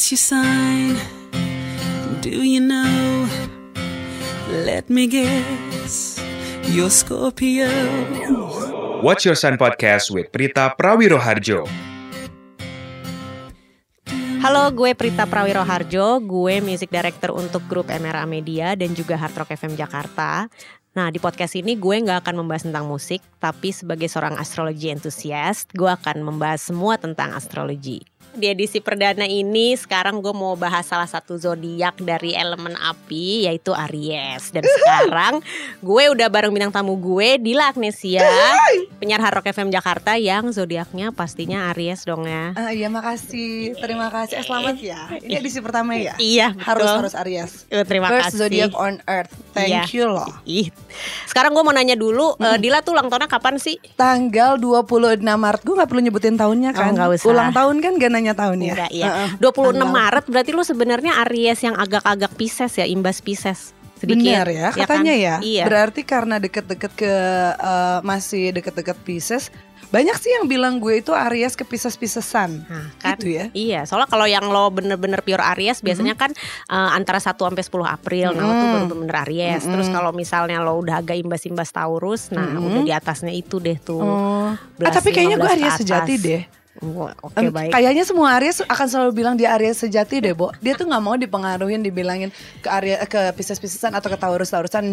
What's your sign? Do you know? Let me guess. You're Scorpio. What's Your Sign Podcast with Prita Prawiroharjo. Halo, gue Prita Prawiroharjo. Gue music director untuk grup MRA Media dan juga Hard Rock FM Jakarta. Nah, di podcast ini gue gak akan membahas tentang musik, tapi sebagai seorang astrologi enthusiast, gue akan membahas semua tentang astrologi. Di edisi perdana ini sekarang gue mau bahas salah satu zodiak dari elemen api, yaitu Aries. Dan sekarang gue udah bareng bintang tamu gue, Dila Agnesia, penyiar Hard Rock FM Jakarta yang zodiaknya pastinya Aries dong ya. Iya, makasih. Terima kasih. Selamat ya. Ini edisi pertama ya? Iya, betul. Harus Aries. Terima First kasih. zodiac on earth. Thank you loh. Sekarang gue mau nanya dulu, Dila tuh ulang tahunnya kapan sih? Tanggal 26 Maret. Gue gak perlu nyebutin tahunnya kan? Nggak usah. Ulang tahun kan gak nanya tahunnya. Enggak ya. 26 Maret berarti lu sebenarnya Aries yang agak-agak Pisces ya, imbas Pisces. Sedikit. Benar ya, katanya kan? ya. Iya. Berarti karena deket-deket ke masih deket-deket Pisces. Banyak sih yang bilang gue itu Aries ke Pisces-Piscesan. Nah, kan, gitu ya. Iya, soalnya kalau yang lo bener-bener pure Aries biasanya kan antara 1 sampai 10 April. Nah, lo tuh bener-bener Aries. Terus kalau misalnya lo udah agak imbas-imbas Taurus, nah udah di atasnya itu deh tuh. Tapi kayaknya gue Aries sejati deh. Oke, baik. Kayaknya semua Aries akan selalu bilang dia Aries sejati deh, Bo. Dia tuh nggak mau dipengaruhin, dibilangin ke Aries, ke Pisces-Piscesan atau ke Taurus-Taurusan.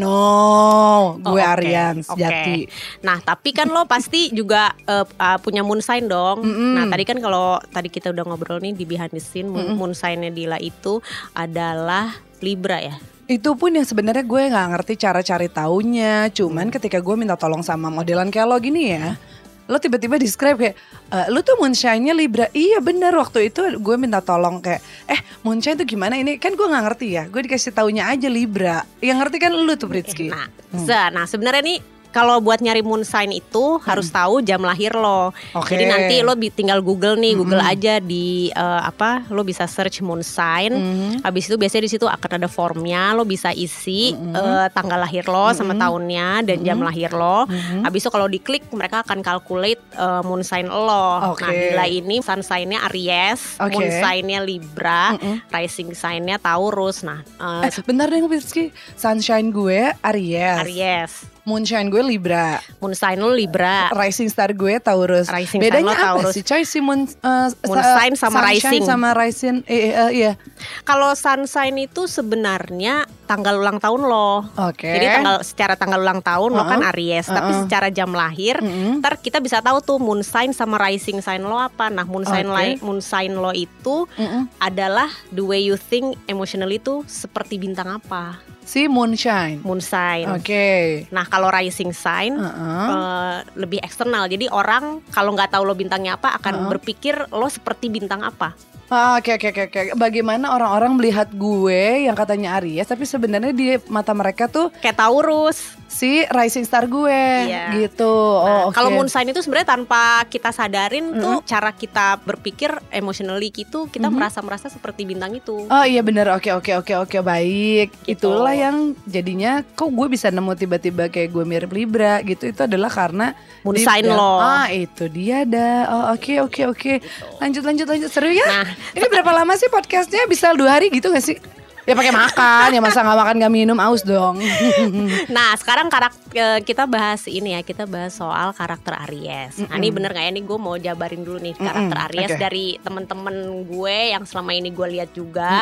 No, gue Aries sejati. Nah, tapi kan lo pasti juga punya moon sign dong. Nah, tadi kan kalau tadi kita udah ngobrol nih di behind the scene, moon sign-nya Dila itu adalah Libra ya. Itu pun yang sebenarnya gue nggak ngerti cara cari taunya. Cuman ketika gue minta tolong sama modelan kayak lo gini ya, lo tiba-tiba describe kayak lo tuh moonshine-nya Libra. Iya benar, waktu itu gue minta tolong kayak moonshine tuh gimana ini, kan gue nggak ngerti ya. Gue dikasih taunya aja Libra. Yang ngerti kan lo tuh Pritzky. Nah sebenarnya nih kalau buat nyari moon sign itu harus tahu jam lahir lo. Oke. Jadi nanti lo tinggal Google nih, Google aja di lo bisa search moon sign. Habis itu biasanya di situ akan ada formnya, lo bisa isi tanggal lahir lo sama tahunnya dan jam lahir lo. Habis itu kalau diklik mereka akan calculate moon sign lo. Oke. Nah, Dila ini sun sign-nya Aries, Oke. moon sign-nya Libra, rising sign-nya Taurus. Nah, Bentar deh Pritzky, sunshine gue Aries. Aries. Moonshine gue Libra. Moon sign lo Libra. Rising star gue Taurus. Rising Bedanya sign lo apa Taurus. sih Coy si moon sign sama sunshine rising. sama rising. Iya. Kalau sun sign itu sebenarnya tanggal ulang tahun lo. Oke. Jadi secara tanggal ulang tahun lo kan Aries, tapi secara jam lahir ntar kita bisa tahu tuh moon sign sama rising sign lo apa. Nah, moon sign lo itu adalah the way you think emotionally itu seperti bintang apa? Si moonshine. Moon sign. Oke. Nah, kalau rising sign lebih eksternal. Jadi orang kalau nggak tahu lo bintangnya apa akan berpikir lo seperti bintang apa. Oke. Bagaimana orang-orang melihat gue yang katanya Aries, tapi sebenarnya di mata mereka tuh Kayak Taurus. si rising star gue, Iya. gitu. Nah, Oke. kalau moon sign itu sebenarnya tanpa kita sadarin tuh cara kita berpikir emotionally gitu, kita merasa seperti bintang itu. Oh iya benar, oke baik. Gitu. Itulah yang jadinya kok gue bisa nemu tiba-tiba kayak gue mirip Libra gitu. Itu adalah karena Moon sign lo. Itu dia dah. Oh oke. Lanjut seru ya. Nah, ini berapa lama sih podcastnya? Bisa 2 hari gitu gak sih? Ya pakai makan, ya masa nggak makan nggak minum, aus dong. Nah sekarang kita bahas ini ya, kita bahas soal karakter Aries. Nah ini bener nggak ya? Nih gue mau jabarin dulu nih karakter Aries oke. dari temen-temen gue yang selama ini gue lihat juga.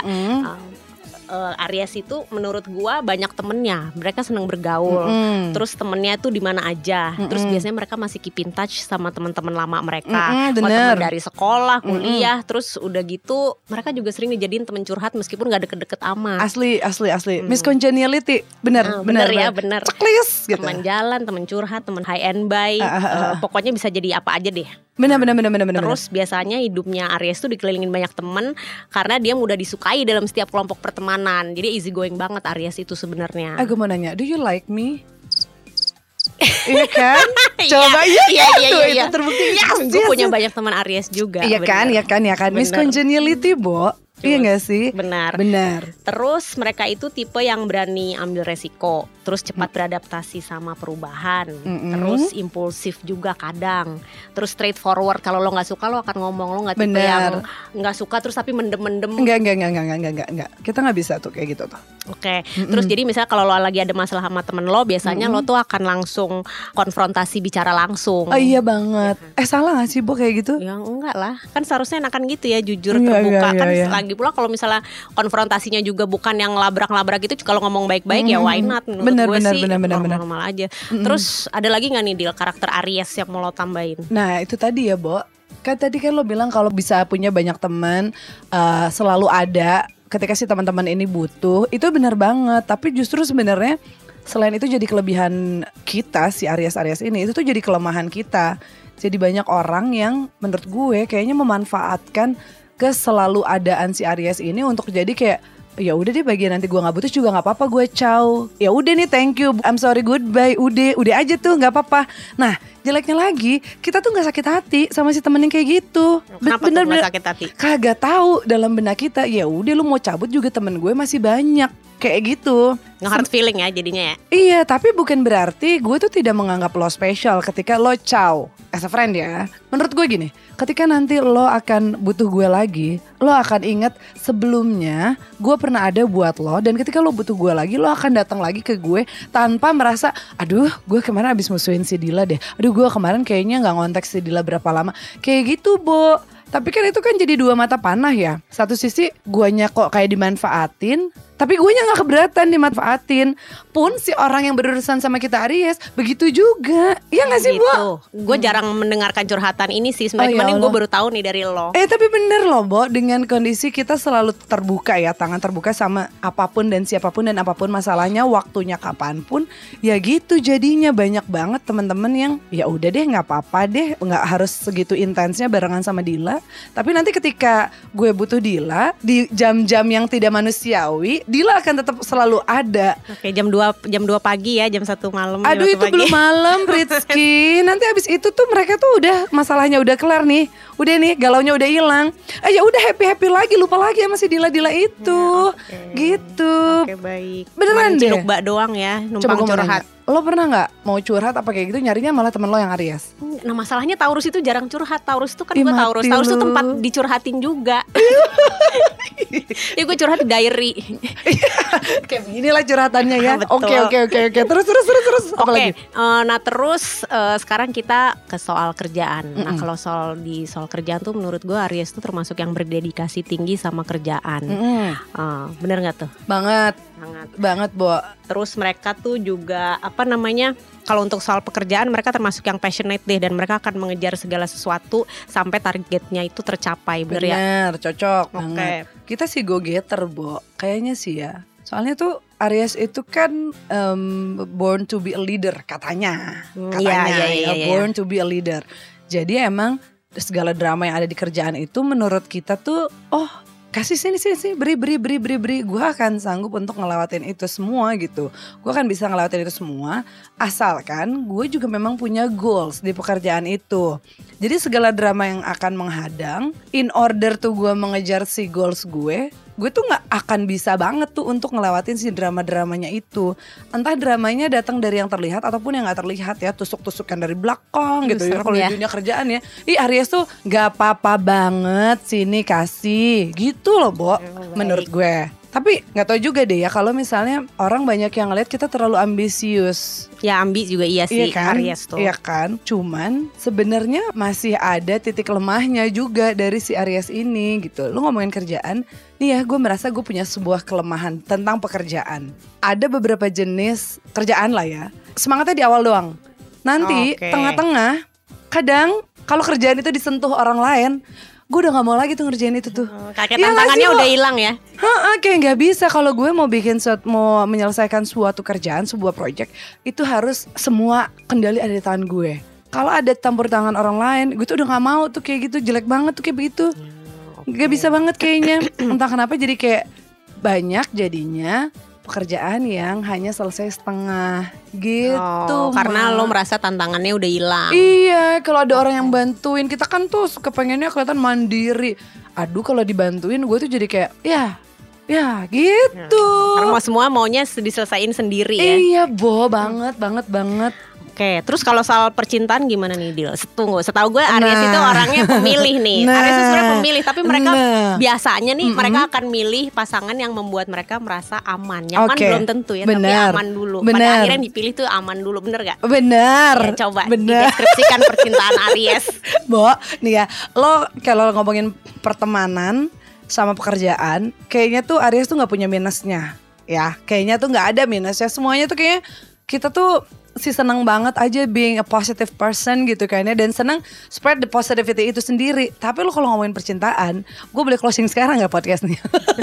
Aries itu menurut gua banyak temennya, mereka senang bergaul, terus temennya tuh di mana aja, terus biasanya mereka masih keep in touch sama teman-teman lama mereka, bener. teman dari sekolah, kuliah, terus udah gitu mereka juga sering dijadiin temen curhat meskipun gak deket-deket amat. Asli. Miss Congeniality, bener. Bener. Checklist gitu. Teman jalan, temen curhat, temen high and by, pokoknya bisa jadi apa aja deh. Bener. Terus biasanya hidupnya Aries tuh dikelilingin banyak temen karena dia mudah disukai dalam setiap kelompok pertemanan. Jadi easy going banget Aries itu sebenarnya. Gue mau nanya, do you like me? Iya kan? Coba iya. Itu terbukti. Gue punya banyak teman Aries juga. Iya kan. Miss Congeniality, Bo. Iya gak sih? Benar. Benar. Terus mereka itu tipe yang berani ambil resiko, terus cepat beradaptasi sama perubahan, terus impulsif juga kadang, terus straightforward. Kalau lo nggak suka lo akan ngomong, lo nggak tipe yang nggak suka terus tapi mendem-mendem. Enggak. Kita nggak bisa tuh kayak gitu tuh. Oke. Terus jadi misalnya kalau lo lagi ada masalah sama temen lo, biasanya lo tuh akan langsung konfrontasi, bicara langsung. Oh iya banget. Salah nggak sih Bo kayak gitu? Ya enggak lah, kan seharusnya enakan gitu ya, jujur, terbuka. Kan lagi pula kalau misalnya konfrontasinya juga bukan yang labrak-labrak gitu, kalau ngomong baik-baik ya why not, menurut gue sih normal aja. Terus ada lagi gak nih Dil, karakter Aries yang mau lo tambahin? Nah itu tadi ya Bo, kan tadi kan lo bilang kalau bisa punya banyak teman, selalu ada ketika si teman-teman ini butuh. Itu benar banget, tapi justru sebenarnya selain itu jadi kelebihan kita, si Aries ini, itu tuh jadi kelemahan kita. Jadi banyak orang yang menurut gue kayaknya memanfaatkan keselalu adaan si Aries ini untuk jadi kayak, ya udah deh bagian nanti gue nggak butuh juga nggak apa-apa, gue ciao. Ya udah nih thank you, I'm sorry goodbye, udah aja tuh nggak apa-apa. Nah jeleknya lagi kita tuh nggak sakit hati sama si temen yang kayak gitu. Kenapa tuh nggak sakit hati? Kagak tahu dalam benak kita. Ya udah lu mau cabut juga temen gue masih banyak kayak gitu. Nge-hurt feeling ya jadinya ya. Iya, tapi bukan berarti gue tuh tidak menganggap lo spesial ketika lo ciao as a friend ya. Menurut gue gini, ketika nanti lo akan butuh gue lagi, lo akan ingat sebelumnya gue pernah ada buat lo. Dan ketika lo butuh gue lagi, lo akan datang lagi ke gue tanpa merasa, aduh gue kemarin abis musuhin si Dila deh, aduh gue kemarin kayaknya gak ngontek si Dila berapa lama. Kayak gitu Bo. Tapi kan itu kan jadi dua mata panah ya. Satu sisi guanya kok kayak dimanfaatin, tapi guanya gak keberatan dimanfaatin. Pun si orang yang berurusan sama kita Aries begitu juga. Iya gak sih gitu. Bo? Gue jarang mendengarkan curhatan ini sih sebenarnya, cuman gue baru tahu nih dari lo. Tapi bener loh Bo, dengan kondisi kita selalu terbuka ya, tangan terbuka sama apapun dan siapapun dan apapun masalahnya, waktunya kapanpun. Ya gitu jadinya banyak banget teman-teman yang ya udah deh gak apa-apa deh, gak harus segitu intensnya barengan sama Dila. Tapi nanti ketika gue butuh Dila di jam-jam yang tidak manusiawi, Dila akan tetap selalu ada. Oke, jam 2 pagi ya, jam 1 malam. Aduh itu pagi. belum malam Rizky. Nanti abis itu tuh mereka tuh udah masalahnya udah kelar nih. Udah nih galaunya udah hilang. Ya udah happy lagi, lupa lagi sama si Dila itu. Gitu. Oke, baik. Beneran deh. Ciluk bak doang ya, numpang Coba curhat. Lo pernah gak mau curhat apa kayak gitu, nyarinya malah temen lo yang Aries? Nah masalahnya Taurus itu jarang curhat. Taurus itu kan Ih, gue Taurus. mati Taurus itu lu. tempat dicurhatin juga. Ya gue curhat di diary. Kayak beginilah curhatannya ya. Betul. Oke. Terus. Apa lagi? Nah terus sekarang kita ke soal kerjaan. Nah kalau soal kerjaan tuh menurut gue Aries tuh termasuk yang berdedikasi tinggi sama kerjaan. Bener gak tuh? Banget Bo. Terus mereka tuh juga kalau untuk soal pekerjaan mereka termasuk yang passionate deh, dan mereka akan mengejar segala sesuatu sampai targetnya itu tercapai. Bener ya? Bener, cocok banget. Kita sih go getter Bo, kayaknya sih ya. Soalnya tuh Aries itu kan born to be a leader katanya. Born to be a leader. Jadi emang segala drama yang ada di kerjaan itu menurut kita tuh, kasih sini beri. Gue akan sanggup untuk ngelewatin itu semua gitu. Gue akan bisa ngelewatin itu semua asalkan gue juga memang punya goals di pekerjaan itu. Jadi segala drama yang akan menghadang, in order tuh gue mengejar si goals gue tuh gak akan bisa banget tuh untuk ngelewatin si drama-dramanya itu. Entah dramanya datang dari yang terlihat ataupun yang gak terlihat ya, tusuk-tusukan dari belakang gitu ya. Kalau di dunia kerjaan ya, Aries tuh gak apa-apa banget sini kasih gitu loh Bo, menurut gue. Tapi gak tahu juga deh ya kalau misalnya orang banyak yang ngeliat kita terlalu ambisius. Ya ambi juga iya sih, kan? Aries tuh. Iya kan? Cuman sebenarnya masih ada titik lemahnya juga dari si Aries ini gitu. Lu ngomongin kerjaan, nih ya gue merasa gue punya sebuah kelemahan tentang pekerjaan. Ada beberapa jenis kerjaan lah ya, semangatnya di awal doang. Nanti tengah-tengah kadang kalau kerjaan itu disentuh orang lain, gue udah gak mau lagi tuh ngerjain itu tuh. Kayak tantangannya udah hilang ya. Kayak gak bisa. Kalau gue mau mau menyelesaikan suatu kerjaan, sebuah project, itu harus semua kendali ada di tangan gue. Kalau ada campur tangan orang lain, gue tuh udah gak mau tuh kayak gitu. Jelek banget tuh kayak begitu. Gak bisa banget kayaknya. Entah kenapa jadi kayak banyak jadinya pekerjaan yang hanya selesai setengah gitu. Karena lo merasa tantangannya udah hilang. Iya, kalau ada orang yang bantuin, kita kan tuh kepengennya kelihatan mandiri. aduh kalau dibantuin gue tuh jadi kayak ya gitu. Karena semua maunya diselesain sendiri ya. Iya banget. Oke, terus kalau soal percintaan gimana nih Dil? Tunggu, setahu gue Aries itu orangnya pemilih nih. Aries itu sebenarnya pemilih, tapi mereka biasanya nih mereka akan milih pasangan yang membuat mereka merasa aman. Nyaman belum tentu ya, tapi aman dulu. Pada akhirnya yang dipilih tuh aman dulu, bener gak? Bener. Ya, coba dideskripsikan percintaan Aries. Bo, nih ya, lo kalau ngomongin pertemanan sama pekerjaan, kayaknya tuh Aries tuh gak punya minusnya. Ya, kayaknya tuh gak ada minusnya. Semuanya tuh kayaknya kita tuh seneng banget aja being a positive person gitu kan ya. Dan seneng spread the positivity itu sendiri. Tapi lo kalau ngomongin percintaan, gue boleh closing sekarang gak podcastnya?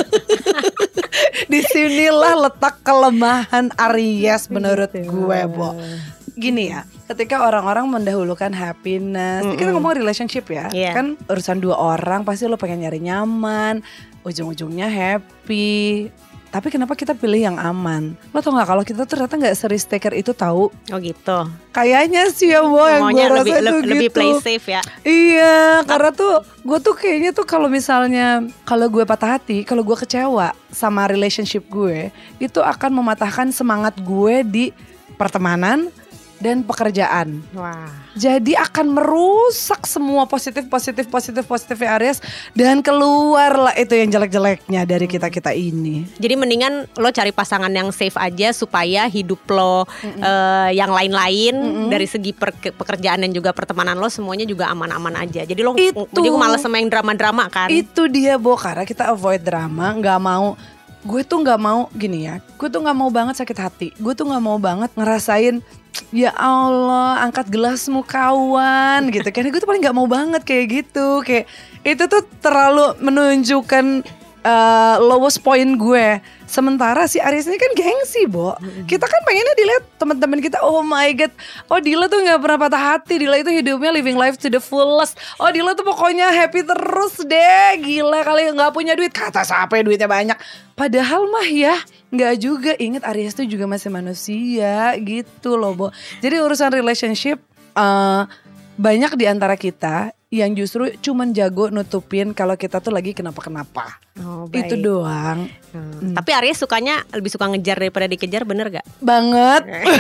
Disinilah letak kelemahan Aries menurut gue, Bo. Gini ya, ketika orang-orang mendahulukan happiness, kita ngomong relationship ya, kan urusan dua orang pasti lo pengen nyari nyaman, ujung-ujungnya happy. Tapi kenapa kita pilih yang aman? Lo tau gak kalau kita ternyata gak serius taker itu tahu? Oh gitu. Kayaknya sih ya Bo, yang gue rasa itu gitu. Lebih play safe ya. Iya, karena tuh gue tuh kayaknya tuh kalau misalnya kalau gue patah hati, kalau gue kecewa sama relationship gue, itu akan mematahkan semangat gue di pertemanan dan pekerjaan. Wah. Jadi akan merusak semua positif Aries dan keluarlah itu yang jelek-jeleknya dari kita ini. Jadi mendingan lo cari pasangan yang safe aja supaya hidup lo yang lain-lain dari segi pekerjaan dan juga pertemanan lo semuanya juga aman-aman aja. Jadi lo jadi gue males sama yang drama-drama kan. Itu dia Bo, karena kita avoid drama, nggak mau. Gue tuh nggak mau gini ya. Gue tuh nggak mau banget sakit hati. Gue tuh nggak mau banget ngerasain ya Allah angkat gelasmu kawan gitu. Karena gue tuh paling nggak mau banget kayak gitu. Kayak itu tuh terlalu menunjukkan lowest point gue. Sementara si Aries ini kan gengsi Bo. Kita kan pengennya dilihat teman-teman kita, oh my god, oh Dila tuh gak pernah patah hati. Dila itu hidupnya living life to the fullest. Oh Dila tuh pokoknya happy terus deh. Gila kali gak punya duit. Kata siapa duitnya banyak. Padahal mah ya gak juga. Ingat Aries tuh juga masih manusia gitu loh Bo. Jadi urusan relationship banyak di antara kita yang justru cuman jago nutupin kalau kita tuh lagi kenapa-kenapa. Oh, baik. Itu doang. Tapi Aries lebih suka ngejar daripada dikejar, bener gak? Banget.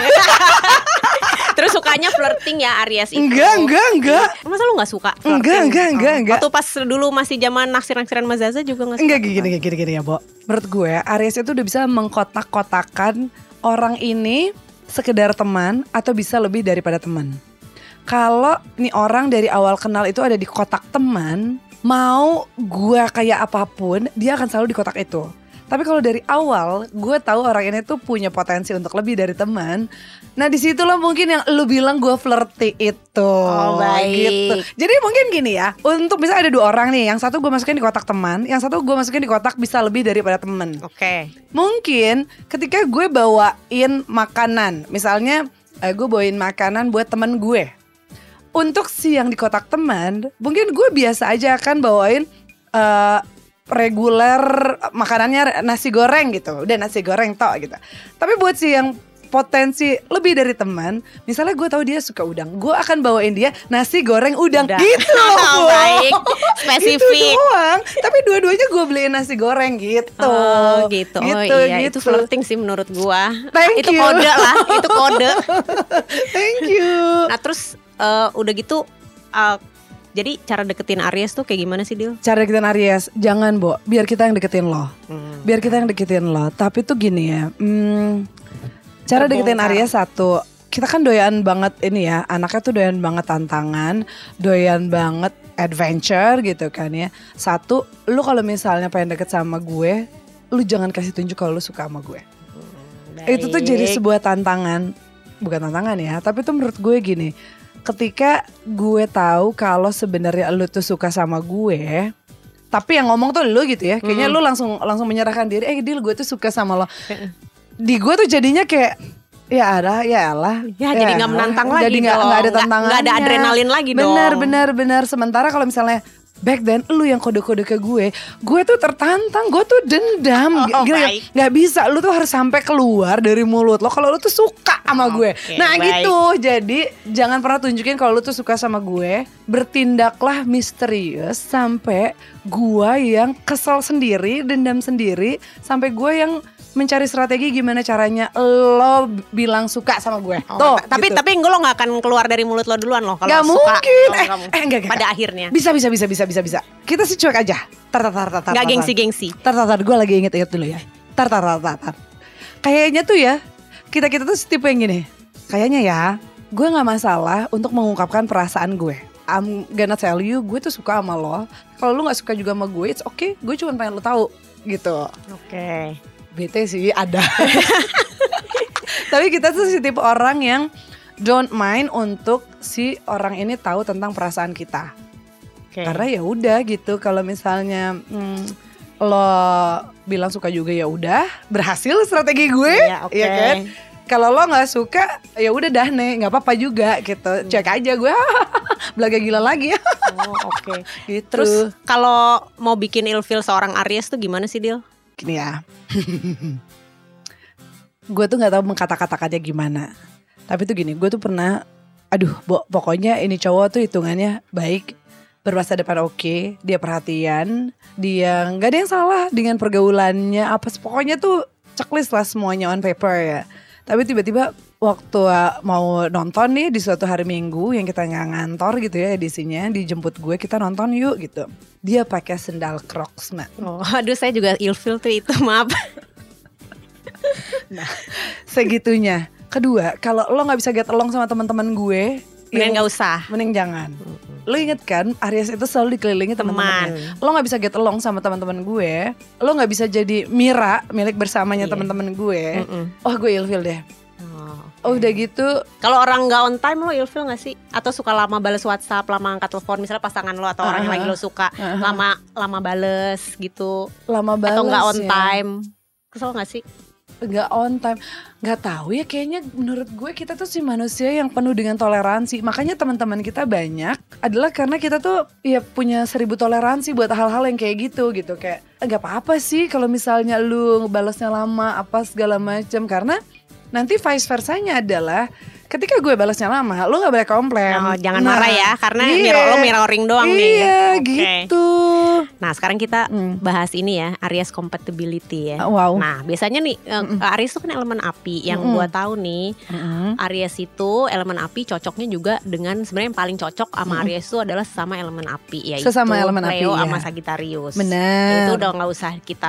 Terus sukanya flirting ya Aries itu? Enggak. Masa lu gak suka flirting? Enggak. Waktu pas dulu masih zaman naksir-naksiran Mas Zaza juga gak suka? Enggak, gini ya Bo. Menurut gue Aries itu udah bisa mengkotak-kotakan orang ini sekedar teman atau bisa lebih daripada teman. Kalau nih orang dari awal kenal itu ada di kotak teman, mau gue kayak apapun, dia akan selalu di kotak itu. Tapi kalau dari awal, gue tahu orang ini tuh punya potensi untuk lebih dari teman. Nah disitulah mungkin yang lu bilang gue flirty itu. Oh baik. Gitu. Jadi mungkin gini ya, untuk misalnya ada dua orang nih, yang satu gue masukin di kotak teman, yang satu gue masukin di kotak bisa lebih daripada teman. Oke. Mungkin ketika gue bawain makanan, misalnya gue bawain makanan buat teman gue. Untuk si yang di kotak teman, mungkin gue biasa aja kan bawain reguler makanannya nasi goreng gitu. Udah nasi goreng tok gitu. Tapi buat si yang potensi lebih dari teman, misalnya gue tahu dia suka udang, gue akan bawain dia nasi goreng udang. Gitu loh. Baik, spesifik. Itu doang. Tapi dua-duanya gue beliin nasi goreng gitu. Oh gitu. Oh iya, itu flirting sih menurut gue. Itu you. Kode lah, itu kode. Thank you. Nah terus udah gitu jadi cara deketin Aries tuh kayak gimana sih Dil? Cara deketin Aries, jangan Bo, biar kita yang deketin lo. Biar kita yang deketin lo. Tapi tuh gini ya, cara deketin Aries satu, kita kan doyan banget ini ya, anaknya tuh doyan banget tantangan, doyan banget adventure gitu kan ya. Satu, lu kalau misalnya pengen deket sama gue, lu jangan kasih tunjuk kalau lu suka sama gue. Itu tuh jadi sebuah tantangan, bukan tantangan ya, tapi tuh menurut gue gini. Ketika gue tahu kalau sebenarnya lu tuh suka sama gue, tapi yang ngomong tuh lu gitu ya, kayaknya lu langsung menyerahkan diri. Dil gue tuh suka sama lo. Di gue tuh jadinya kayak ya jadi nggak menantang lagi, jadi nggak ada tantangannya, nggak ada adrenalin lagi dong. Benar. Sementara kalau misalnya back then lu yang kode-kode ke gue tuh tertantang, gue tuh dendam. Gila, baik. nggak bisa, lu tuh harus sampai keluar dari mulut lo kalau lu tuh suka sama gue. Nah baik. gitu, jadi jangan pernah tunjukin kalau lu tuh suka sama gue. Bertindaklah misterius sampai gue yang kesel sendiri, dendam sendiri, sampai gue yang mencari strategi gimana caranya lo bilang suka sama gue. Tuh, Tapi gitu. lo nggak akan keluar dari mulut lo duluan loh kalau Gak suka. mungkin. Nggak mungkin. Enggak. Pada akhirnya. Bisa. Kita sih cuek aja. Tar. Nggak gengsi-gengsi. Tar. Gue lagi inget dulu ya. Tar. Kayaknya tuh ya, kita tuh tipe yang gini. Kayaknya ya, gue nggak masalah untuk mengungkapkan perasaan gue. I'm gonna tell you, gue tuh suka sama lo. Kalau lo nggak suka juga sama gue, it's okay. Gue cuma pengen lo tahu, gitu. Oke. Bete sih ada. Tapi kita tuh si tipe orang yang don't mind untuk si orang ini tahu tentang perasaan kita. Oke. Karena ya udah gitu, kalau misalnya lo bilang suka juga ya udah, berhasil strategi gue, Iya, oke. ya kan? Kalau lo nggak suka ya udah dah nih, nggak apa-apa juga gitu. Cek aja gue, belaga gila lagi ya. Oh, oke. Gitu. Terus kalau mau bikin ilfeel seorang Aries tuh gimana sih, Dil? Gini ya. Gue tuh gak tahu mengkata-katakannya gimana. Tapi tuh gini, gue tuh pernah, pokoknya ini cowok tuh hitungannya baik, bermasa depan oke, dia perhatian, dia gak ada yang salah dengan pergaulannya, pokoknya tuh checklist lah semuanya on paper ya. Tapi tiba-tiba waktu mau nonton nih di suatu hari Minggu yang kita nggak ngantor gitu ya edisinya, dijemput gue, kita nonton yuk gitu. Dia pakai sendal Crocs, man. Oh, aduh saya juga ilfeel tuh itu, maaf. Nah, segitunya. Kedua, kalau lo nggak bisa get along sama teman-teman gue, Mending nggak usah. Mending jangan. Lo inget kan, Aries itu selalu dikelilingi teman-temannya. Lo nggak bisa get along sama teman-teman gue, lo nggak bisa jadi Mira milik bersamanya teman-teman gue. Oh, gue ilfeel deh. Oh, udah gitu. Kalau orang nggak on time lo ilfeel nggak sih? Atau suka lama bales WhatsApp, lama angkat telepon, misalnya pasangan lo atau orang yang lagi lo suka, lama bales gitu. Lama bales. Atau nggak on ya. time. Kesel nggak sih? Nggak on time, nggak tahu ya, kayaknya menurut gue kita tuh si manusia yang penuh dengan toleransi. Makanya teman-teman kita banyak adalah karena kita tuh ya punya 1000 toleransi buat hal-hal yang kayak gitu kayak nggak apa-apa sih kalau misalnya lu balasnya lama apa segala macam, karena nanti vice versanya adalah ketika gue balasnya lama, lu gak boleh komplain. Oh, jangan marah ya, karena lo mirroring doang nih. Iya, Oke. gitu. Nah, sekarang kita bahas ini ya, Aries compatibility ya. Wow. Nah, biasanya nih Aries itu kan elemen api. Yang gua tahu nih, Aries itu elemen api cocoknya juga dengan, sebenarnya yang paling cocok sama Aries itu adalah sesama elemen api, yaitu Sesama elemen api, Leo ya. sama Sagittarius. Benar. Itu udah nggak usah kita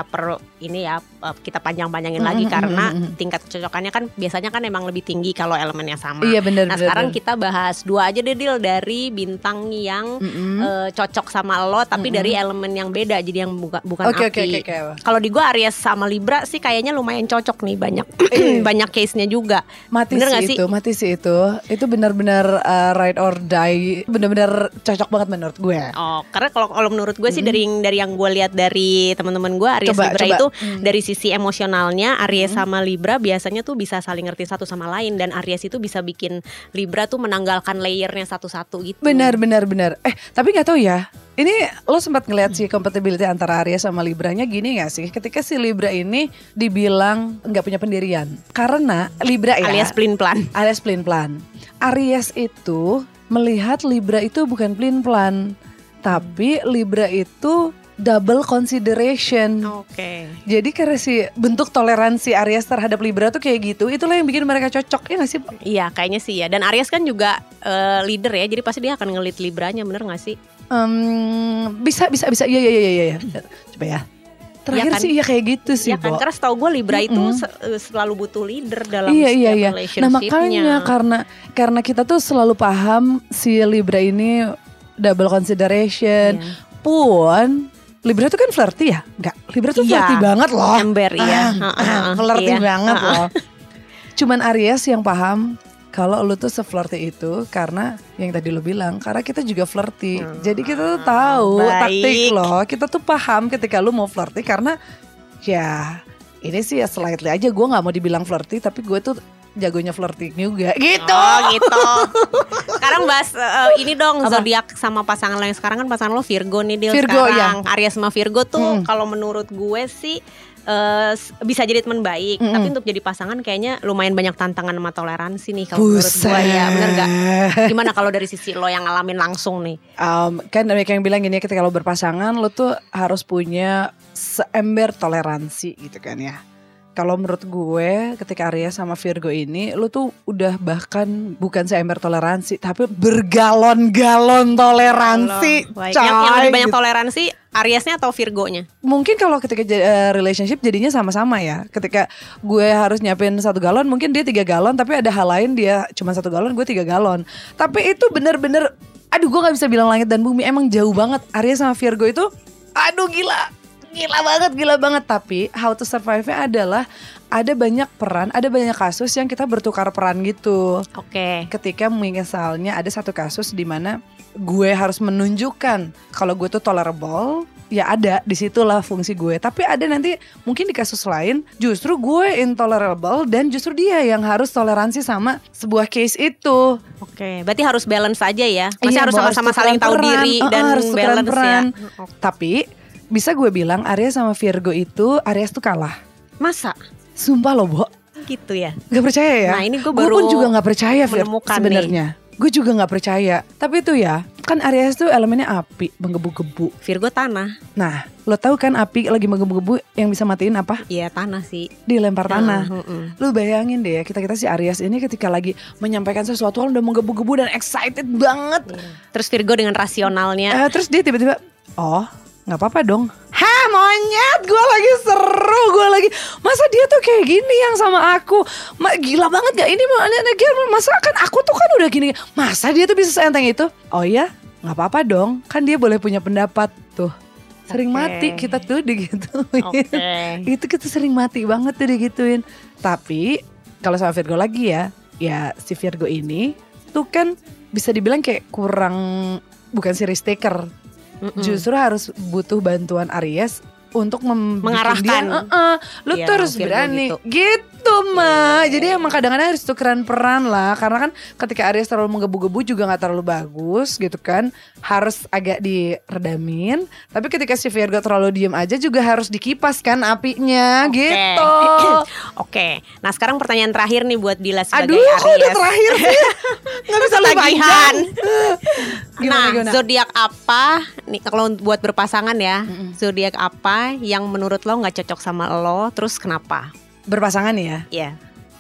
kita panjang-panjangin lagi karena tingkat kecocokannya kan biasanya kan emang lebih tinggi kalau elemennya sama. Iya, benar. Nah, sekarang kita bahas 2 aja deh, Dil, dari bintang yang cocok sama lo tapi dari elemen yang beda, jadi yang bukan Oke. api. Kalau di gua Aries sama Libra sih kayaknya lumayan cocok nih, banyak banyak case-nya juga. Mati Bener gak sih sih? mati sih itu benar-benar ride or die, benar-benar cocok banget menurut gue. Oh, karena kalau menurut gue sih dari yang gue lihat dari teman-teman gue Aries Coba. Libra itu dari sisi emosionalnya Aries sama Libra biasanya tuh bisa saling ngerti satu sama lain, dan Aries itu bisa bikin Libra tuh menanggalkan layernya satu-satu gitu. Benar. Tapi nggak tahu ya. Ini lo sempat ngeliat sih compatibility antara Aries sama Libranya gini gak sih? Ketika si Libra ini dibilang nggak punya pendirian, karena Libra ya alias pelin-pelan. Alias pelin-pelan. Aries itu melihat Libra itu bukan pelin-pelan, tapi Libra itu double consideration. Oke. Jadi karena si bentuk toleransi Aries terhadap Libra tuh kayak gitu, itulah yang bikin mereka cocok, ya gak sih? Iya, kayaknya sih ya. Dan Aries kan juga leader ya, jadi pasti dia akan ngelit Libranya, bener gak sih? Bisa. Iya. Coba ya. Terakhir kan? sih iya kayak gitu sih, Iya kan, Bo. karena setahu gue Libra itu selalu butuh leader dalam Iya. setiap Nah relationship-nya. makanya karena kita tuh selalu paham si Libra ini double consideration. Iya. Pun Libra tuh kan flirty ya? Enggak, Libra tuh Iya. flirty banget loh. Ember, iya. Flirty Iya. banget loh. Cuman Aries yang paham kalau lu tuh se-flirty itu karena yang tadi lu bilang, karena kita juga flirty. Jadi kita tuh tahu baik. taktik lo. Kita tuh paham ketika lu mau flirty, karena ya ini sih ya slightly aja, gue gak mau dibilang flirty, tapi gue tuh jagonya flirting juga gitu. Oh gitu. Sekarang bahas ini dong, zodiak sama pasangan lo yang sekarang kan pasangan lo Virgo nih, Dil. Virgo, sekarang Aries sama Virgo tuh kalau menurut gue sih bisa jadi teman baik, tapi untuk jadi pasangan kayaknya lumayan banyak tantangan sama toleransi nih kalau menurut gue ya, bener gak? Gimana kalau dari sisi lo yang ngalamin langsung nih? Kan banyak yang bilang gini, ketika lo berpasangan lo tuh harus punya seember toleransi gitu kan ya. Kalau menurut gue ketika Aries sama Virgo ini lo tuh udah bahkan bukan seember toleransi tapi bergalon-galon toleransi. Yang lebih banyak gitu. toleransi Ariesnya atau Virgonya? Mungkin kalau ketika relationship jadinya sama-sama ya. Ketika gue harus nyiapin 1 galon, mungkin dia 3 galon, tapi ada hal lain dia cuma 1 galon, gue 3 galon. Tapi itu bener-bener, aduh gue gak bisa bilang langit dan bumi, emang jauh banget. Aries sama Virgo itu, aduh gila banget. Tapi how to survive-nya adalah ada banyak peran, ada banyak kasus yang kita bertukar peran gitu. Oke. Ketika misalnya ada satu kasus di mana gue harus menunjukkan kalau gue tuh tolerable, ya ada disitulah fungsi gue. Tapi ada nanti mungkin di kasus lain justru gue intolerable dan justru dia yang harus toleransi sama sebuah case itu. Oke, berarti harus balance aja ya. Masih Iya, harus sama-sama tukeran saling tahu peran. diri dan harus tukeran balance peran. ya. Tapi bisa gue bilang Aries sama Virgo itu Aries tuh kalah. Masa? Sumpah loh, Bo. Gitu ya. Gak percaya ya? Nah, ini gue Gue baru pun juga gak percaya Vir, menemukan sebenarnya. Gue juga gak percaya. Tapi itu ya, kan Aries tuh elemennya api, menggebu-gebu. Virgo tanah. Nah, lo tahu kan api lagi menggebu-gebu yang bisa matiin apa? Iya tanah sih. Dilempar tanah. Mm-mm. Lu bayangin deh ya, kita si Aries ini ketika lagi menyampaikan sesuatu kan udah menggebu-gebu dan excited banget. Terus Virgo dengan rasionalnya. Terus dia tiba-tiba, oh nggak apa-apa dong. Hah monyet, gue lagi seru, gue lagi. Masa dia tuh kayak gini yang sama aku? Gila banget gak ini? Masa kan aku tuh kan udah gini. Masa dia tuh bisa seenteng itu? Oh iya, nggak apa-apa dong. Kan dia boleh punya pendapat tuh. Sering mati kita tuh digituin. Itu kita sering mati banget tuh digituin. Tapi kalau sama Virgo lagi ya si Virgo ini tuh kan bisa dibilang kayak kurang, bukan si risk taker. Justru harus butuh bantuan Aries untuk mengarahkan dia, lu tuh harus berani gitu mah. Jadi emang kadang-kadang harus tukeran peran lah. Karena kan ketika Aries terlalu menggebu-gebu juga gak terlalu bagus gitu kan. Harus agak diredamin. Tapi ketika si Virgo terlalu diem aja juga harus dikipas kan apinya gitu. Oke. Nah sekarang pertanyaan terakhir nih buat Dila sebagai Aduh Aries. kok udah terakhir sih. Gak bisa lu panjang. Gimana? Zodiak apa nih kalau buat berpasangan ya? Zodiak apa yang menurut lo nggak cocok sama lo? Terus kenapa? Berpasangan ya? Iya.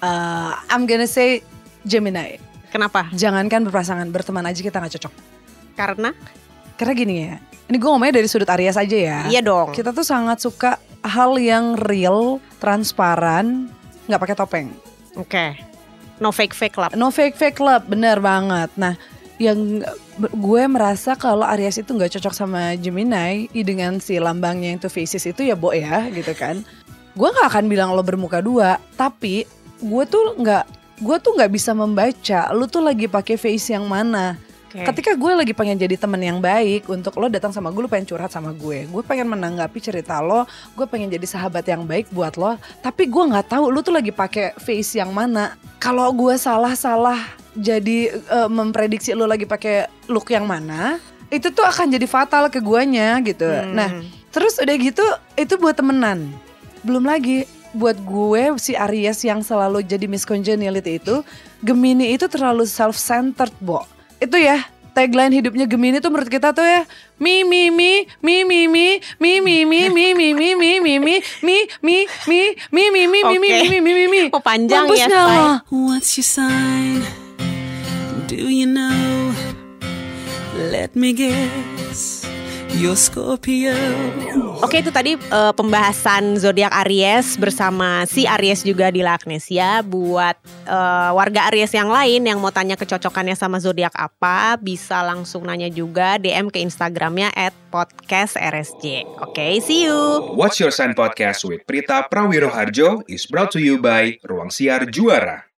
I'm gonna say Gemini. Kenapa? Jangankan berpasangan, berteman aja kita gak cocok. Karena Gini ya, ini gue ngomongnya dari sudut Aries aja ya. Iya dong. Kita tuh sangat suka hal yang real, transparan, gak pakai topeng. Oke. No fake love. No fake love, bener banget. Nah, yang gue merasa kalau Aries itu gak cocok sama Gemini dengan si lambangnya itu faces itu ya Bo ya gitu kan. Gue gak akan bilang lo bermuka dua, tapi gue tuh gak bisa membaca lu tuh lagi pakai face yang mana. Ketika gue lagi pengen jadi teman yang baik untuk lo datang sama gue, lo pengen curhat sama gue pengen menanggapi cerita lo, gue pengen jadi sahabat yang baik buat lo, tapi gue nggak tahu lo tuh lagi pakai face yang mana. Kalau gue salah jadi memprediksi lo lagi pakai look yang mana, itu tuh akan jadi fatal ke guanya gitu. Nah terus udah gitu itu buat temenan. Belum lagi buat gue si Aries yang selalu jadi miscongeniality itu, Gemini itu terlalu self-centered Bo. Itu ya tagline hidupnya Gemini tuh menurut kita tuh ya mi Oh panjang ya Say. What's your sign? Do you know? Let me guess. You're Scorpio. Oke, itu tadi pembahasan zodiak Aries bersama si Aries juga di Agnesia. Buat warga Aries yang lain yang mau tanya kecocokannya sama zodiak apa, bisa langsung nanya juga DM ke Instagramnya @podcastrSJ. Oke, see you. Watch Your Sign Podcast with Prita Prawiroharjo is brought to you by Ruang Siar Juara.